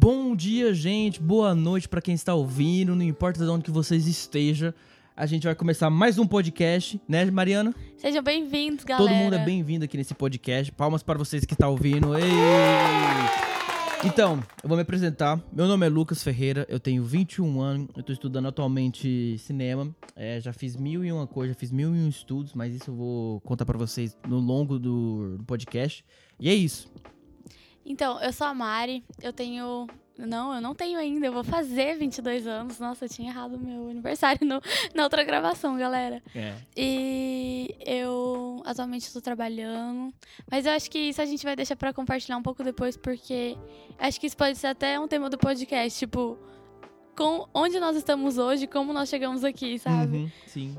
Bom dia, gente. Boa noite pra quem está ouvindo. Não importa de onde que vocês estejam. A gente vai começar mais um podcast, né, Mariana? Sejam bem-vindos, galera. Todo mundo é bem-vindo aqui nesse podcast. Palmas para vocês que estão ouvindo. Ei! Então, eu vou me apresentar. Meu nome é Lucas Ferreira, eu tenho 21 anos, eu tô estudando atualmente cinema. Já fiz 1001 coisas, já fiz 1001 estudos, mas isso eu vou contar pra vocês no longo do podcast. E é isso. Então, eu sou a Mari, eu não tenho ainda, eu vou fazer 22 anos. Nossa, eu tinha errado o meu aniversário na outra gravação, galera. E eu atualmente estou trabalhando, mas eu acho que isso a gente vai deixar pra compartilhar um pouco depois, porque acho que isso pode ser até um tema do podcast, tipo, onde nós estamos hoje, como nós chegamos aqui, sabe? Uhum, sim.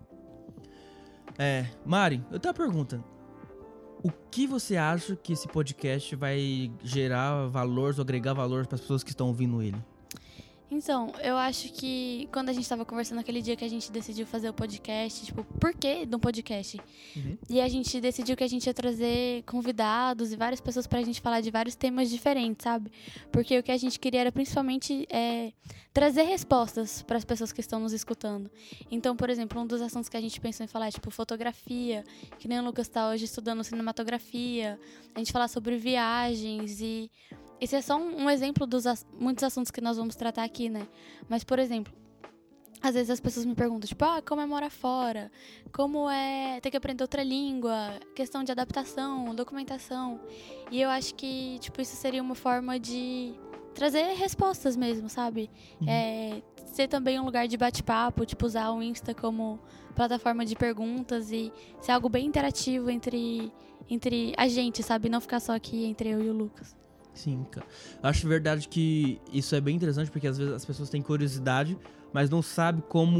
Mari, eu tenho uma pergunta. O que você acha que esse podcast vai gerar valores ou agregar valores para as pessoas que estão ouvindo ele? Então, eu acho que quando a gente tava conversando aquele dia que a gente decidiu fazer o podcast, tipo, por que de um podcast? Uhum. E a gente decidiu que a gente ia trazer convidados e várias pessoas pra gente falar de vários temas diferentes, sabe? Porque o que a gente queria era principalmente trazer respostas para as pessoas que estão nos escutando. Então, por exemplo, um dos assuntos que a gente pensou em falar é, tipo, fotografia, que nem o Lucas tá hoje estudando cinematografia, a gente falar sobre viagens e... Esse é só um exemplo dos muitos assuntos que nós vamos tratar aqui, né? Mas, por exemplo, às vezes as pessoas me perguntam, tipo, como é morar fora? Como é ter que aprender outra língua? Questão de adaptação, documentação. E eu acho que, tipo, isso seria uma forma de trazer respostas mesmo, sabe? Uhum. Ser também um lugar de bate-papo, tipo, usar o Insta como plataforma de perguntas e ser algo bem interativo entre a gente, sabe? Não ficar só aqui entre eu e o Lucas. Sim, cara. Acho verdade que isso é bem interessante, porque às vezes as pessoas têm curiosidade, mas não sabem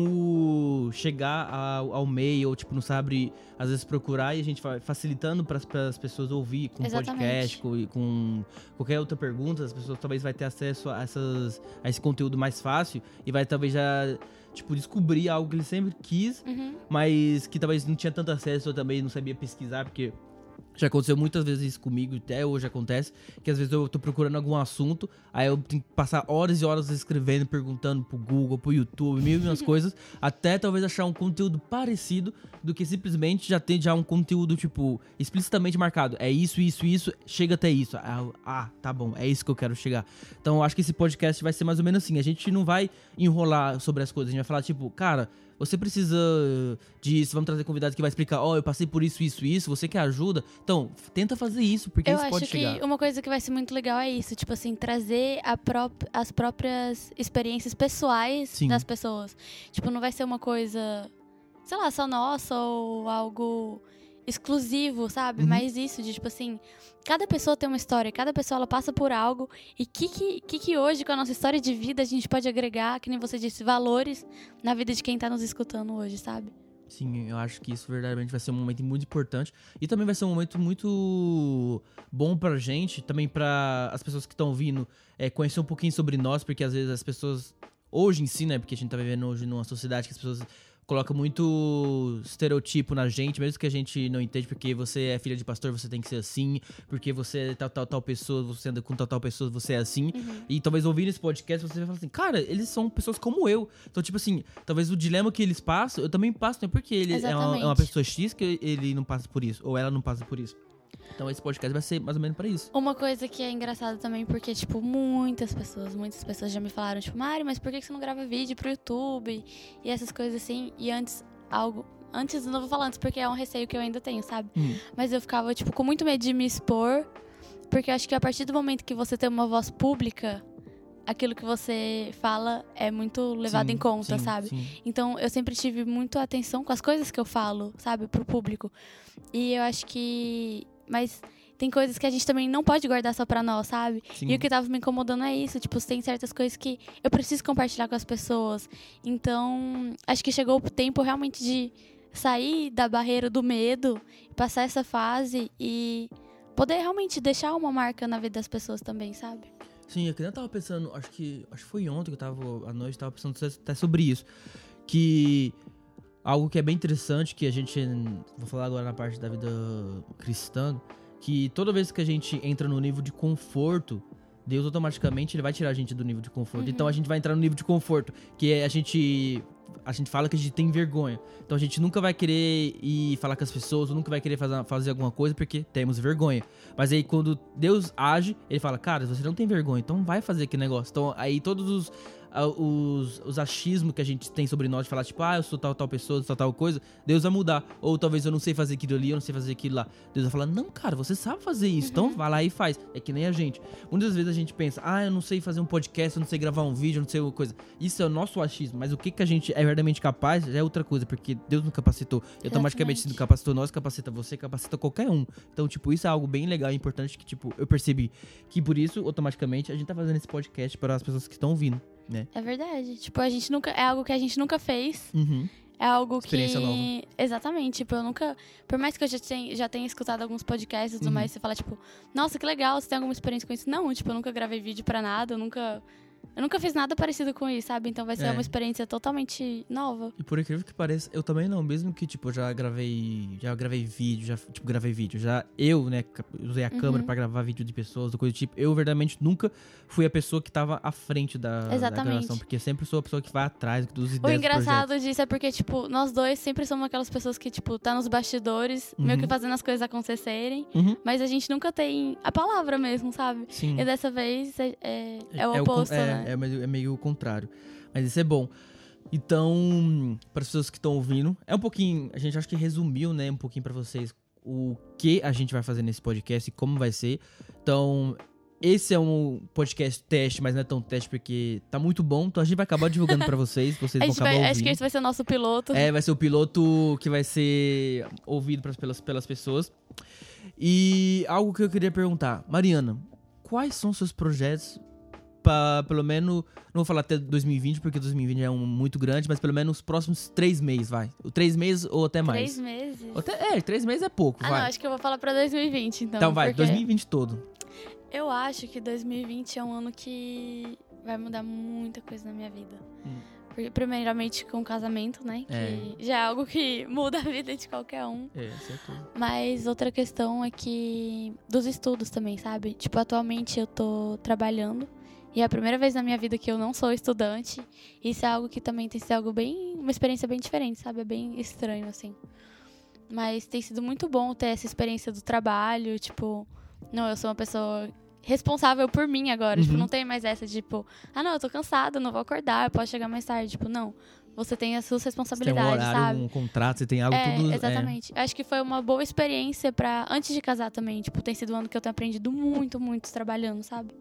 como chegar ao meio, ou tipo, não sabe, às vezes, procurar, e a gente vai facilitando para as pessoas ouvir com podcast, com qualquer outra pergunta, as pessoas talvez vai ter acesso a esse conteúdo mais fácil, e vai talvez já, tipo, descobrir algo que ele sempre quis, mas que talvez não tinha tanto acesso, ou também não sabia pesquisar, porque... Já aconteceu muitas vezes isso comigo, até hoje acontece, que às vezes eu tô procurando algum assunto, aí eu tenho que passar horas e horas escrevendo, perguntando pro Google, pro YouTube, mil e umas coisas, até talvez achar um conteúdo parecido do que simplesmente já ter um conteúdo, tipo, explicitamente marcado. É isso, chega até isso. Tá bom, é isso que eu quero chegar. Então eu acho que esse podcast vai ser mais ou menos assim, a gente não vai enrolar sobre as coisas, a gente vai falar, tipo, cara... Você precisa disso, vamos trazer convidado que vai explicar, eu passei por isso, você quer ajuda? Então, tenta fazer isso, porque isso pode chegar. Eu acho que uma coisa que vai ser muito legal é isso, tipo assim, trazer as próprias experiências pessoais das pessoas. Tipo, não vai ser uma coisa, sei lá, só nossa ou algo exclusivo, sabe? Mas isso de, tipo assim, cada pessoa tem uma história, cada pessoa ela passa por algo e que hoje, com a nossa história de vida, a gente pode agregar, que nem você disse, valores na vida de quem tá nos escutando hoje, sabe? Sim, eu acho que isso verdadeiramente vai ser um momento muito importante e também vai ser um momento muito bom pra gente, também pra as pessoas que estão ouvindo conhecer um pouquinho sobre nós, porque às vezes as pessoas, hoje em si, né, porque a gente tá vivendo hoje numa sociedade que as pessoas coloca muito estereotipo na gente, mesmo que a gente não entende, porque você é filha de pastor, você tem que ser assim, porque você é tal pessoa, você anda com tal pessoa, você é assim. E talvez ouvindo esse podcast, você vai falar assim, cara, eles são pessoas como eu. Então, tipo assim, talvez o dilema que eles passam, eu também passo, né? Porque ele é uma pessoa X que ele não passa por isso, ou ela não passa por isso. Então esse podcast vai ser mais ou menos pra isso. Uma coisa que é engraçada também, porque, tipo, muitas pessoas já me falaram, tipo, Mari, mas por que você não grava vídeo pro YouTube? E essas coisas assim. E antes, não vou falar antes, porque é um receio que eu ainda tenho, sabe? Mas eu ficava, tipo, com muito medo de me expor, porque eu acho que a partir do momento que você tem uma voz pública, aquilo que você fala é muito levado em conta, sabe? Sim. Então, eu sempre tive muito atenção com as coisas que eu falo, sabe? Pro público. E eu acho que... Mas tem coisas que a gente também não pode guardar só pra nós, sabe? Sim. E o que tava me incomodando é isso. Tipo, tem certas coisas que eu preciso compartilhar com as pessoas. Então, acho que chegou o tempo realmente de sair da barreira do medo, passar essa fase e poder realmente deixar uma marca na vida das pessoas também, sabe? Sim, eu tava pensando, acho que foi ontem que à noite, tava pensando até sobre isso. Que algo que é bem interessante, que a gente, vou falar agora na parte da vida cristã, que toda vez que a gente entra no nível de conforto, Deus automaticamente ele vai tirar a gente do nível de conforto. Então a gente vai entrar no nível de conforto, que é a gente fala que a gente tem vergonha. Então a gente nunca vai querer ir falar com as pessoas, ou nunca vai querer fazer alguma coisa porque temos vergonha. Mas aí quando Deus age, ele fala, cara, você não tem vergonha, então vai fazer aquele negócio. Então aí todos os achismos que a gente tem sobre nós, de falar tipo, eu sou tal pessoa, eu sou tal coisa, Deus vai mudar. Ou talvez eu não sei fazer aquilo ali, eu não sei fazer aquilo lá. Deus vai falar, não, cara, você sabe fazer isso, então vai lá e faz. É que nem a gente. Muitas vezes a gente pensa, eu não sei fazer um podcast, eu não sei gravar um vídeo, eu não sei alguma coisa. Isso é o nosso achismo, mas o que a gente é verdadeiramente capaz é outra coisa, porque Deus nos capacitou. E automaticamente se capacitou nós, capacita você, capacita qualquer um. Então, tipo, isso é algo bem legal e importante que, tipo, eu percebi que por isso, automaticamente, a gente tá fazendo esse podcast para as pessoas que estão ouvindo. Né? É verdade. Tipo, a gente nunca. É algo que a gente nunca fez. É algo Experiência que. Nova. Exatamente. Tipo, eu nunca. Por mais que eu já tenha escutado alguns podcasts e tudo mais, você fala, tipo, nossa, que legal, você tem alguma experiência com isso? Não, tipo, eu nunca gravei vídeo pra nada, eu nunca fiz nada parecido com isso, sabe? Então vai ser uma experiência totalmente nova. E por incrível que pareça, eu também não. Mesmo que, tipo, eu já gravei vídeo, já eu, né, usei a câmera pra gravar vídeo de pessoas, coisa do tipo. Eu, verdadeiramente, nunca fui a pessoa que tava à frente da gravação. Porque eu sempre sou a pessoa que vai atrás dos ideias. O engraçado disso é porque, tipo, nós dois sempre somos aquelas pessoas que, tipo, tá nos bastidores, meio que fazendo as coisas acontecerem. Mas a gente nunca tem a palavra mesmo, sabe? Sim. E dessa vez é o oposto, né? É meio o contrário. Mas isso é bom. Então, para as pessoas que estão ouvindo, é um pouquinho... A gente acho que resumiu, né, um pouquinho para vocês o que a gente vai fazer nesse podcast e como vai ser. Então, esse é um podcast teste, mas não é tão teste porque tá muito bom. Então, a gente vai acabar divulgando para vocês. Vocês vão acabar ouvindo. Acho que esse vai ser o nosso piloto. Vai ser o piloto que vai ser ouvido pelas pessoas. E algo que eu queria perguntar. Mariana, quais são seus projetos... pelo menos, não vou falar até 2020, porque 2020 é muito grande, mas pelo menos os próximos 3 meses, vai. 3 meses ou até mais. 3 meses? 3 meses é pouco, vai. Não, acho que eu vou falar pra 2020, então. Então vai, 2020 todo. Eu acho que 2020 é um ano que vai mudar muita coisa na minha vida. Primeiramente com o casamento, né? Que já é algo que muda a vida de qualquer um. Certo. Mas outra questão é que... dos estudos também, sabe? Tipo, atualmente eu tô trabalhando. E é a primeira vez na minha vida que eu não sou estudante. Isso é algo que também tem sido uma experiência bem diferente, sabe? É bem estranho, assim. Mas tem sido muito bom ter essa experiência do trabalho, tipo... Não, eu sou uma pessoa responsável por mim agora. Tipo, não tem mais essa de, tipo... não, eu tô cansada, não vou acordar, eu posso chegar mais tarde. Tipo, não. Você tem as suas responsabilidades, você tem um horário, sabe? Um contrato, você tem algo tudo... Exatamente. Acho que foi uma boa experiência pra... Antes de casar também. Tipo, tem sido um ano que eu tenho aprendido muito, muito trabalhando, sabe?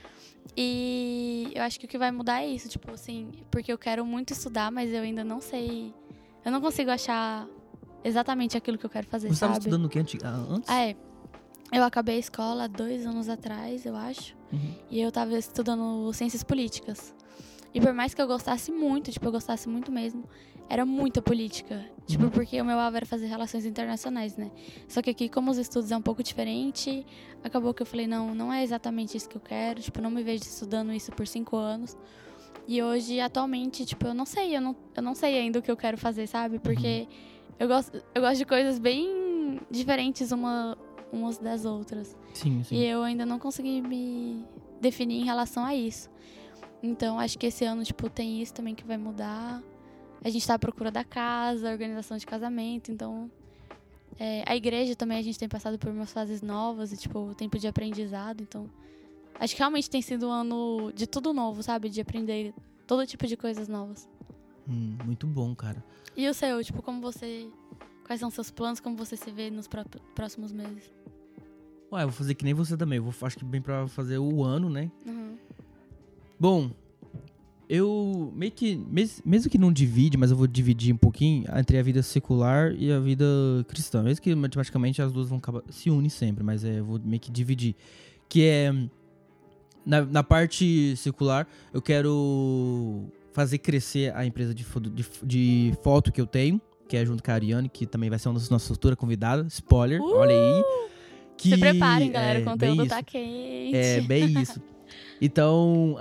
E eu acho que o que vai mudar é isso, tipo assim, porque eu quero muito estudar, mas eu ainda não sei, eu não consigo achar exatamente aquilo que eu quero fazer, Você sabe? estava estudando o que antes? Eu acabei a escola 2 anos atrás, eu acho, e eu tava estudando ciências políticas. E por mais que eu gostasse muito, tipo, eu gostasse muito mesmo, era muita política. Tipo, porque o meu alvo era fazer relações internacionais, né? Só que aqui, como os estudos é um pouco diferente, acabou que eu falei, não é exatamente isso que eu quero. Tipo, não me vejo estudando isso por 5 anos. E hoje, atualmente, tipo, eu não sei ainda o que eu quero fazer, sabe? Porque eu gosto de coisas bem diferentes umas das outras. Sim. E eu ainda não consegui me definir em relação a isso. Então, acho que esse ano, tipo, tem isso também que vai mudar. A gente tá à procura da casa, organização de casamento, então... a igreja também, a gente tem passado por umas fases novas e, tipo, tempo de aprendizado, então... Acho que realmente tem sido um ano de tudo novo, sabe? De aprender todo tipo de coisas novas. Muito bom, cara. E o seu, tipo, quais são os seus planos, como você se vê nos próximos meses? Eu vou fazer que nem você também, acho que bem pra fazer o ano, né? Bom, eu meio que, mesmo que não divide, mas eu vou dividir um pouquinho entre a vida secular e a vida cristã. Mesmo que matematicamente as duas vão acabar, se unem sempre, mas eu vou meio que dividir. Que é, na parte secular, eu quero fazer crescer a empresa de foto que eu tenho, que é junto com a Ariane, que também vai ser uma das nossas futuras convidadas. Spoiler, olha aí. Se preparem, galera, o conteúdo tá quente. É, bem isso. Então,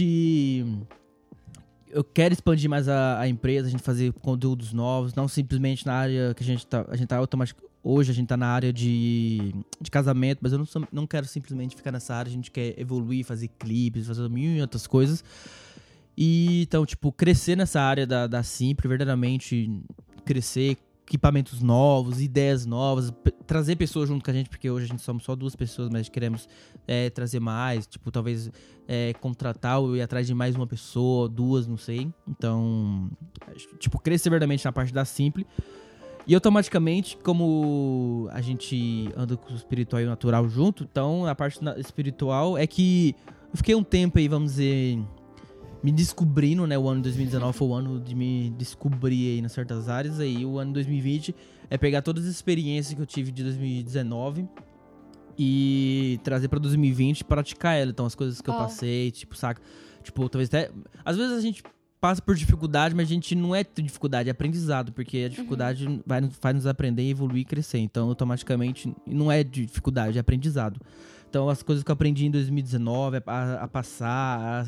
eu quero expandir mais a empresa, a gente fazer conteúdos novos, não simplesmente na área que a gente tá hoje a gente tá na área de casamento, mas eu não quero simplesmente ficar nessa área. A gente quer evoluir, fazer clipes, fazer mil e outras coisas. E então, tipo, crescer nessa área da Simply, verdadeiramente crescer, equipamentos novos, ideias novas, trazer pessoas junto com a gente, porque hoje a gente somos só 2 pessoas, mas queremos trazer mais, tipo, talvez contratar ou ir atrás de mais uma pessoa, 2, não sei. Então, tipo, crescer verdadeiramente na parte da Simply. E automaticamente, como a gente anda com o espiritual e o natural junto, então a parte espiritual é que eu fiquei um tempo aí, vamos dizer, me descobrindo, né? O ano 2019 foi o ano de me descobrir aí nas certas áreas. Aí o ano 2020 é pegar todas as experiências que eu tive de 2019 e trazer pra 2020 e praticar ela. Então as coisas que eu passei, tipo, saca? Tipo, talvez até... Às vezes a gente passa por dificuldade, mas a gente não é dificuldade, é aprendizado. Porque a dificuldade faz nos aprender, evoluir e crescer. Então, automaticamente, não é dificuldade, é aprendizado. Então, as coisas que eu aprendi em 2019 a passar,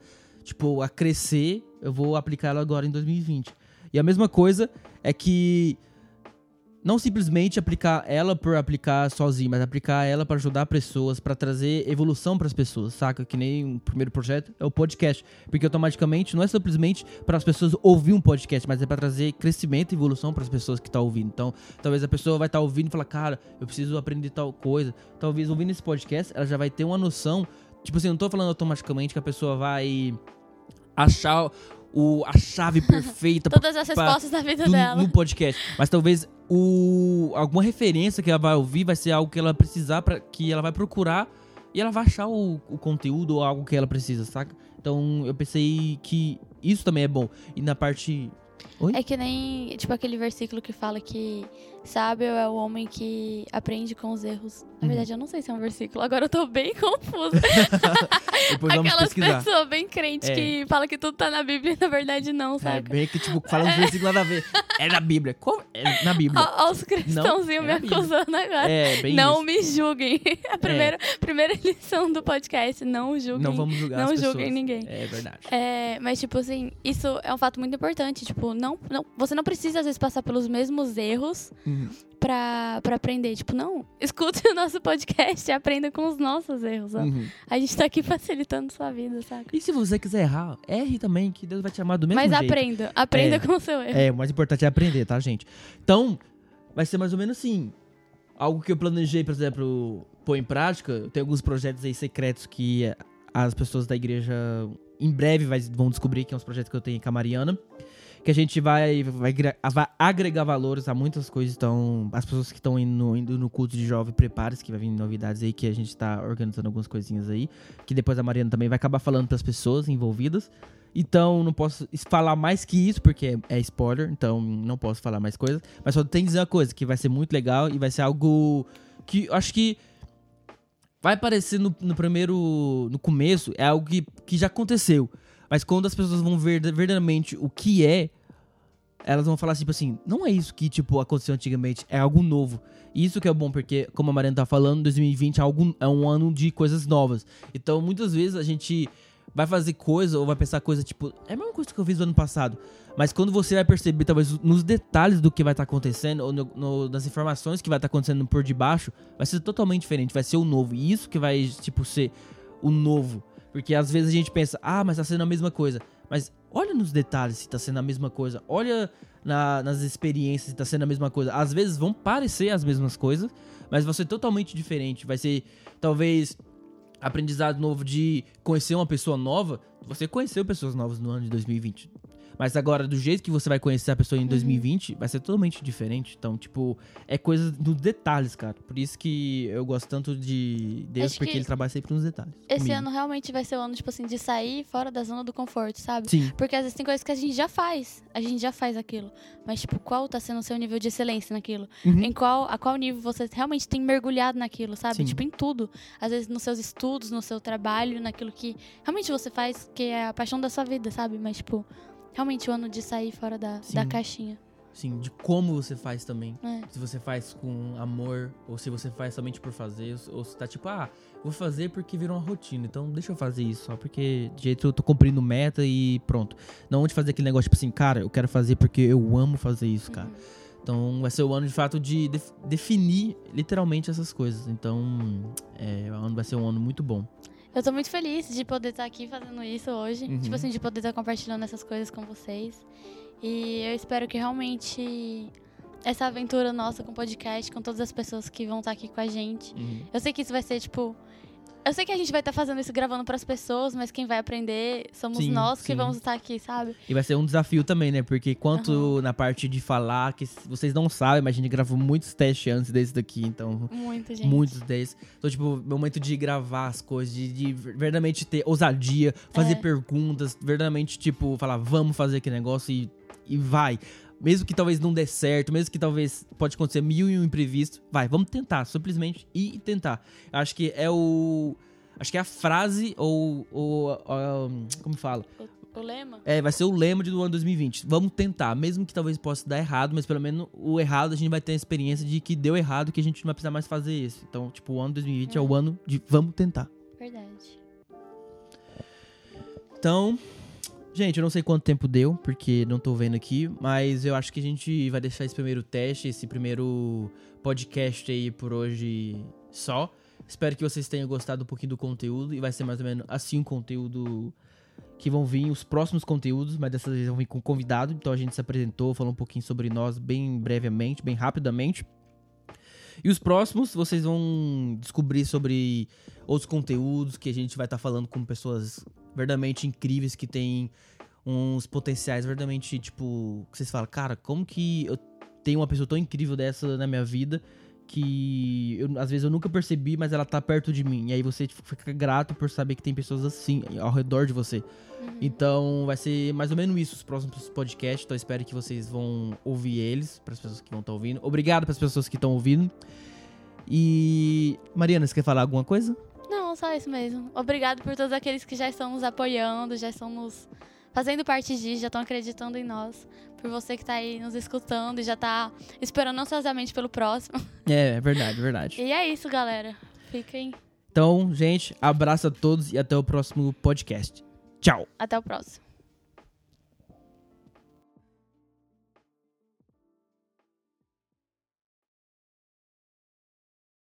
a crescer, eu vou aplicar ela agora em 2020. E a mesma coisa é que não simplesmente aplicar ela por aplicar sozinho, mas aplicar ela para ajudar pessoas, para trazer evolução para as pessoas, saca? Que nem o primeiro projeto é o podcast, porque automaticamente não é simplesmente para as pessoas ouvir um podcast, mas é para trazer crescimento e evolução para as pessoas que estão ouvindo. Então, talvez a pessoa vai estar ouvindo e falar, cara, eu preciso aprender tal coisa. Talvez ouvindo esse podcast, ela já vai ter uma noção. Tipo assim, eu não tô falando automaticamente que a pessoa vai achar a chave perfeita todas as respostas da vida dela no podcast. Mas talvez alguma referência que ela vai ouvir vai ser algo que ela precisar, que ela vai procurar e ela vai achar o conteúdo ou algo que ela precisa, saca? Então eu pensei que isso também é bom. E na parte... Oi? É que nem, tipo, aquele versículo que fala que sábio é o homem que aprende com os erros. Na verdade, eu não sei se é um versículo. Agora eu tô bem confusa. Depois vamos pesquisar. Aquelas pessoas bem crentes que falam que tudo tá na Bíblia e na verdade não, sabe? É bem que, tipo, fala uns versículos nada a ver. É na Bíblia. Como? É na Bíblia. Olha os cristãozinhos me acusando agora. Bem não isso. Me julguem. A primeira lição do podcast, não julguem. Não vamos julgar não as pessoas. Julguem ninguém. É verdade. Mas, tipo assim, isso é um fato muito importante. Tipo, você não precisa, às vezes, passar pelos mesmos erros pra aprender. Tipo, não, escute o nosso podcast e aprenda com os nossos erros, ó. A gente tá aqui facilitando sua vida, saca? E se você quiser errar, erre também, que Deus vai te amar do mesmo jeito. Mas aprenda com o seu erro. O mais importante é aprender, tá, gente? Então, vai ser mais ou menos assim. Algo que eu planejei, por exemplo, pôr em prática. Eu tenho alguns projetos aí secretos que as pessoas da igreja em breve vão descobrir, que é uns projetos que eu tenho com a Mariana. Que a gente vai agregar valores a muitas coisas. Então, as pessoas que estão indo no culto de jovem, prepare-se, que vai vir novidades aí, que a gente tá organizando algumas coisinhas aí. Que depois a Mariana também vai acabar falando pras pessoas envolvidas. Então, não posso falar mais que isso, porque é spoiler. Então, não posso falar mais coisas. Mas só tem que dizer uma coisa, que vai ser muito legal e vai ser algo que eu acho que vai parecer no começo, é algo que já aconteceu. Mas quando as pessoas vão ver verdadeiramente o que elas vão falar tipo assim, não é isso que tipo aconteceu antigamente, é algo novo. E isso que é bom, porque como a Mariana tá falando, 2020 é um ano de coisas novas. Então muitas vezes a gente vai fazer coisa ou vai pensar coisa tipo, é a mesma coisa que eu fiz no ano passado. Mas quando você vai perceber, talvez, nos detalhes do que vai estar acontecendo, ou nas informações que vai estar acontecendo por debaixo, vai ser totalmente diferente, vai ser o novo. E isso que vai, tipo, ser o novo. Porque às vezes a gente pensa, mas tá sendo a mesma coisa. Mas olha nos detalhes se tá sendo a mesma coisa. Olha nas experiências se tá sendo a mesma coisa. Às vezes vão parecer as mesmas coisas, mas vai ser totalmente diferente. Vai ser, talvez, aprendizado novo de conhecer uma pessoa nova. Você conheceu pessoas novas no ano de 2020. Mas agora, do jeito que você vai conhecer a pessoa em 2020, vai ser totalmente diferente. Então, tipo, é coisa dos detalhes, cara. Por isso que eu gosto tanto de Deus, porque ele trabalha sempre nos detalhes. Esse ano realmente vai ser o ano, tipo assim, de sair fora da zona do conforto, sabe? Sim. Porque às vezes tem coisas que a gente já faz. A gente já faz aquilo. Mas, tipo, qual tá sendo o seu nível de excelência naquilo? A qual nível você realmente tem mergulhado naquilo, sabe? Sim. Tipo, em tudo. Às vezes nos seus estudos, no seu trabalho, naquilo que realmente você faz, que é a paixão da sua vida, sabe? Mas, tipo... Realmente o ano de sair fora da caixinha. Sim, de como você faz também. É. Se você faz com amor, ou se você faz somente por fazer, ou se tá tipo, vou fazer porque virou uma rotina, então deixa eu fazer isso só porque de jeito eu tô cumprindo meta e pronto. Não de fazer aquele negócio tipo assim, cara, eu quero fazer porque eu amo fazer isso, cara. Então vai ser o ano, de fato, de definir literalmente essas coisas. Então o ano vai ser um ano muito bom. Eu tô muito feliz de poder estar aqui fazendo isso hoje. Tipo assim, de poder estar compartilhando essas coisas com vocês. E eu espero que realmente essa aventura nossa com o podcast, com todas as pessoas que vão estar aqui com a gente. Eu sei que isso vai ser, tipo... Eu sei que a gente vai estar fazendo isso gravando pras pessoas, mas quem vai aprender somos nós que vamos estar aqui, sabe? E vai ser um desafio também, né? Porque quanto na parte de falar, que vocês não sabem, mas a gente gravou muitos testes antes desse daqui, então... Muito, gente. Muitos desses. Então, tipo, momento de gravar as coisas, de verdadeiramente ter ousadia, fazer perguntas, verdadeiramente, tipo, falar, vamos fazer aquele negócio e vai. Mesmo que talvez não dê certo, mesmo que talvez pode acontecer 1001 imprevisto, vamos tentar, simplesmente ir e tentar. Acho que acho que é a frase ou como fala? O lema? Vai ser o lema do ano 2020. Vamos tentar, mesmo que talvez possa dar errado, mas pelo menos o errado a gente vai ter a experiência de que deu errado, que a gente não vai precisar mais fazer isso. Então, tipo, o ano 2020 é o ano de vamos tentar. Verdade. Então... Gente, eu não sei quanto tempo deu, porque não tô vendo aqui, mas eu acho que a gente vai deixar esse primeiro teste, esse primeiro podcast aí por hoje só. Espero que vocês tenham gostado um pouquinho do conteúdo, e vai ser mais ou menos assim o conteúdo que vão vir, os próximos conteúdos, mas dessa vez vão vir com convidado. Então a gente se apresentou, falou um pouquinho sobre nós bem brevemente, bem rapidamente. E os próximos, vocês vão descobrir sobre outros conteúdos que a gente vai estar falando com pessoas verdadeiramente incríveis, que têm uns potenciais verdadeiramente, tipo... Que vocês falam, cara, como que eu tenho uma pessoa tão incrível dessa na minha vida que às vezes eu nunca percebi, mas ela tá perto de mim. E aí você fica grato por saber que tem pessoas assim ao redor de você. Então vai ser mais ou menos isso os próximos podcasts. Então eu espero que vocês vão ouvir eles, para as pessoas que vão estar ouvindo. Obrigado para as pessoas que estão ouvindo. E Mariana, você quer falar alguma coisa? Não, só isso mesmo. Obrigado por todos aqueles que já estão nos apoiando, já estão nos fazendo parte disso, já estão acreditando em nós. Por você que tá aí nos escutando e já tá esperando ansiosamente pelo próximo. É verdade, verdade. E é isso, galera. Fiquem. Então, gente, abraço a todos e até o próximo podcast. Tchau. Até o próximo.